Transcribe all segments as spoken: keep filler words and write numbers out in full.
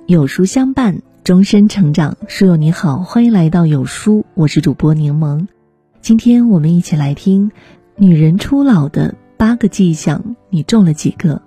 有书相伴，终身成长。书友你好，欢迎来到有书，我是主播柠檬。今天我们一起来听女人初老的八个迹象，你中了几个？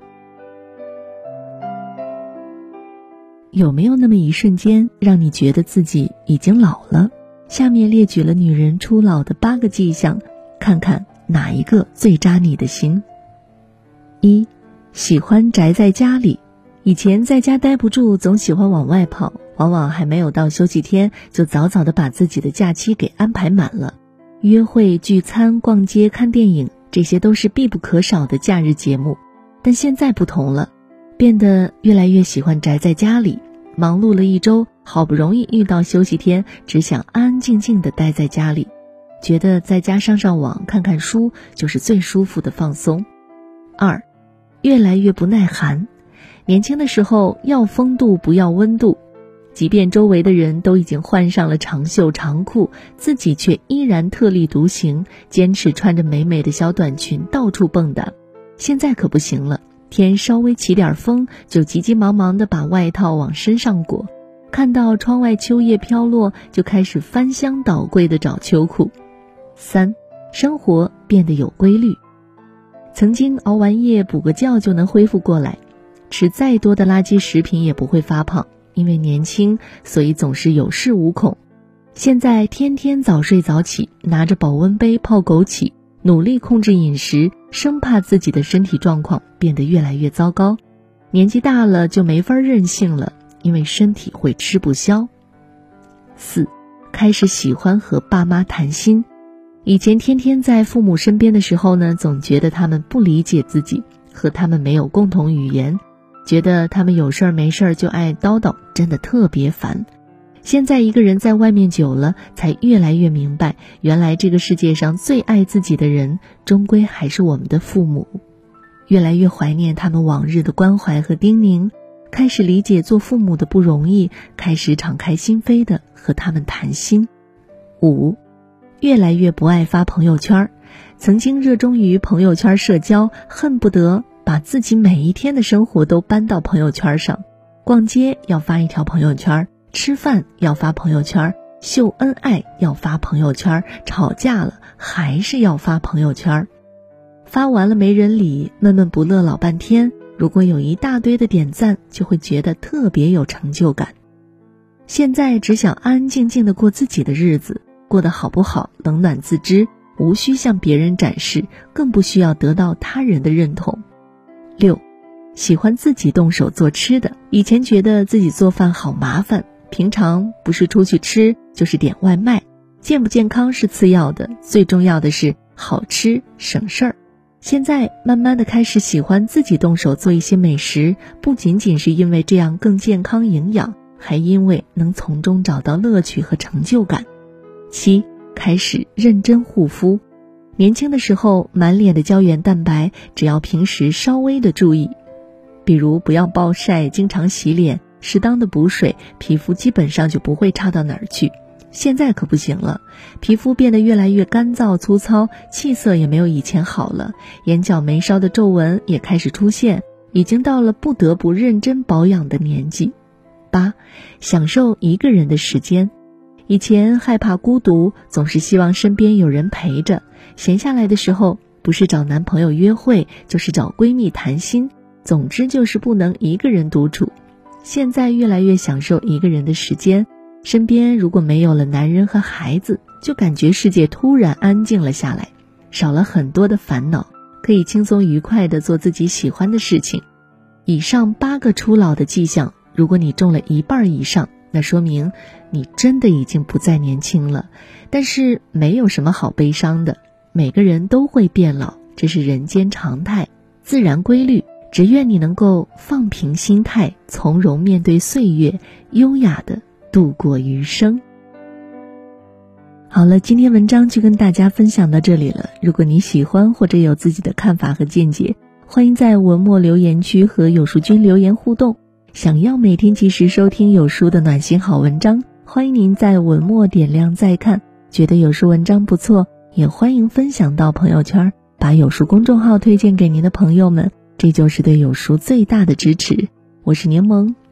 有没有那么一瞬间让你觉得自己已经老了？下面列举了女人初老的八个迹象，看看哪一个最扎你的心。一，喜欢宅在家里。以前在家待不住，总喜欢往外跑，往往还没有到休息天，就早早的把自己的假期给安排满了。约会、聚餐、逛街、看电影，这些都是必不可少的假日节目。但现在不同了，变得越来越喜欢宅在家里，忙碌了一周，好不容易遇到休息天，只想安安静静的待在家里，觉得在家上上网、看看书就是最舒服的放松。二，越来越不耐寒。年轻的时候要风度不要温度，即便周围的人都已经换上了长袖长裤，自己却依然特立独行，坚持穿着美美的小短裙到处蹦跶。现在可不行了，天稍微起点风就急急忙忙地把外套往身上裹，看到窗外秋叶飘落就开始翻箱倒柜地找秋裤。三，生活变得有规律。曾经熬完夜补个觉就能恢复过来，吃再多的垃圾食品也不会发胖，因为年轻，所以总是有恃无恐。现在天天早睡早起，拿着保温杯泡枸杞，努力控制饮食，生怕自己的身体状况变得越来越糟糕。年纪大了就没法任性了，因为身体会吃不消。四，开始喜欢和爸妈谈心。以前天天在父母身边的时候呢，总觉得他们不理解自己，和他们没有共同语言，觉得他们有事儿没事儿就爱叨叨，真的特别烦。现在一个人在外面久了，才越来越明白，原来这个世界上最爱自己的人，终归还是我们的父母。越来越怀念他们往日的关怀和叮咛，开始理解做父母的不容易，开始敞开心扉的和他们谈心。五，越来越不爱发朋友圈。曾经热衷于朋友圈社交，恨不得把自己每一天的生活都搬到朋友圈上，逛街要发一条朋友圈，吃饭要发朋友圈，秀恩爱要发朋友圈，吵架了还是要发朋友圈。发完了没人理，闷闷不乐老半天，如果有一大堆的点赞，就会觉得特别有成就感。现在只想安安静静的过自己的日子，过得好不好冷暖自知，无需向别人展示，更不需要得到他人的认同。六，喜欢自己动手做吃的。以前觉得自己做饭好麻烦，平常不是出去吃就是点外卖，健不健康是次要的，最重要的是好吃省事儿。现在慢慢的开始喜欢自己动手做一些美食，不仅仅是因为这样更健康营养，还因为能从中找到乐趣和成就感。七，开始认真护肤。年轻的时候满脸的胶原蛋白，只要平时稍微的注意，比如不要暴晒，经常洗脸，适当的补水，皮肤基本上就不会差到哪儿去。现在可不行了，皮肤变得越来越干燥粗糙，气色也没有以前好了，眼角眉梢的皱纹也开始出现，已经到了不得不认真保养的年纪。八，享受一个人的时间。以前害怕孤独，总是希望身边有人陪着，闲下来的时候不是找男朋友约会，就是找闺蜜谈心，总之就是不能一个人独处。现在越来越享受一个人的时间，身边如果没有了男人和孩子，就感觉世界突然安静了下来，少了很多的烦恼，可以轻松愉快地做自己喜欢的事情。以上八个初老的迹象，如果你中了一半以上，那说明你真的已经不再年轻了。但是没有什么好悲伤的，每个人都会变老，这是人间常态，自然规律。只愿你能够放平心态，从容面对岁月，优雅地度过余生。好了，今天文章就跟大家分享到这里了。如果你喜欢或者有自己的看法和见解，欢迎在文末留言区和有书君留言互动。想要每天及时收听有书的暖心好文章，欢迎您在文末点亮再看。觉得有书文章不错，也欢迎分享到朋友圈，把有书公众号推荐给您的朋友们，这就是对有书最大的支持。我是柠檬，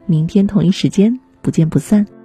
明天同一时间不见不散。